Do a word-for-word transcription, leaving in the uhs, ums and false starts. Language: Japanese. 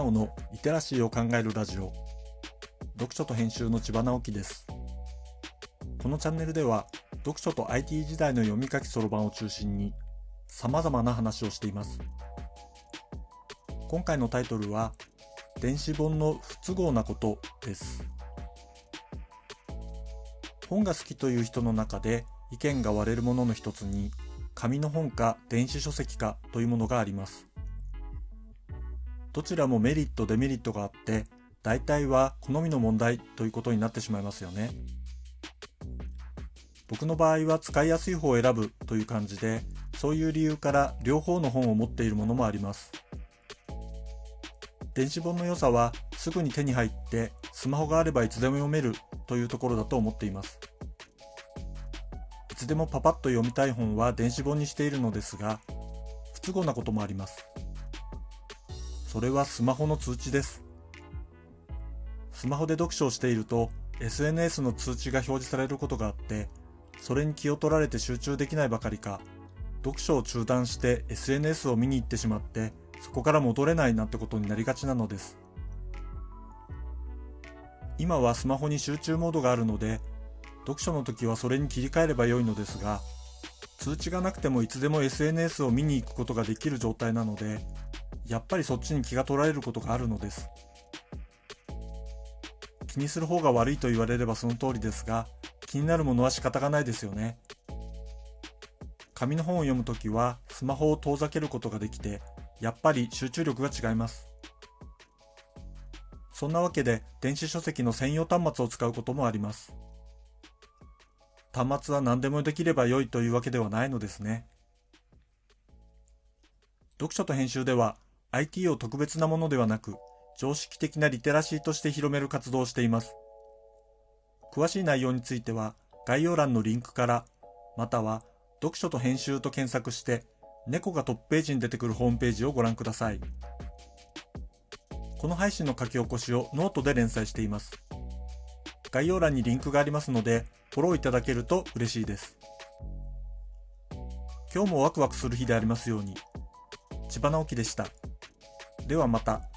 直のリテラシーを考えるラジオ、読書と編集の千葉直樹です。このチャンネルでは読書と アイティー 時代の読み書きそろばんを中心に様々な話をしています。今回のタイトルは電子本の不都合なことです。本が好きという人の中で意見が割れるものの一つに紙の本か電子書籍かというものがあります。どちらもメリットデメリットがあって大体は好みの問題ということになってしまいますよね。僕の場合は使いやすい方を選ぶという感じで、そういう理由から両方の本を持っているものもあります。電子本の良さはすぐに手に入ってスマホがあればいつでも読めるというところだと思っています。いつでもパパッと読みたい本は電子本にしているのですが、不都合なこともあります。それはスマホの通知です。スマホで読書をしていると エスエヌエス の通知が表示されることがあって、それに気を取られて集中できないばかりか、読書を中断して エスエヌエス を見に行ってしまって、そこから戻れないなんてことになりがちなのです。今はスマホに集中モードがあるので、読書の時はそれに切り替えれば良いのですが、通知がなくてもいつでも エスエヌエス を見に行くことができる状態なので、やっぱりそっちに気が取られることがあるのです。気にする方が悪いと言われればその通りですが、気になるものは仕方がないですよね。紙の本を読むときはスマホを遠ざけることができて、やっぱり集中力が違います。そんなわけで電子書籍の専用端末を使うこともあります。端末は何でもできれば良いというわけではないのですね。読書と編集では アイティー を特別なものではなく、常識的なリテラシーとして広める活動をしています。詳しい内容については概要欄のリンクから、または読書と編集と検索して猫がトップページに出てくるホームページをご覧ください。この配信の書き起こしをノートで連載しています。概要欄にリンクがありますのでフォローいただけると嬉しいです。今日もワクワクする日でありますように。千葉直樹でした。ではまた。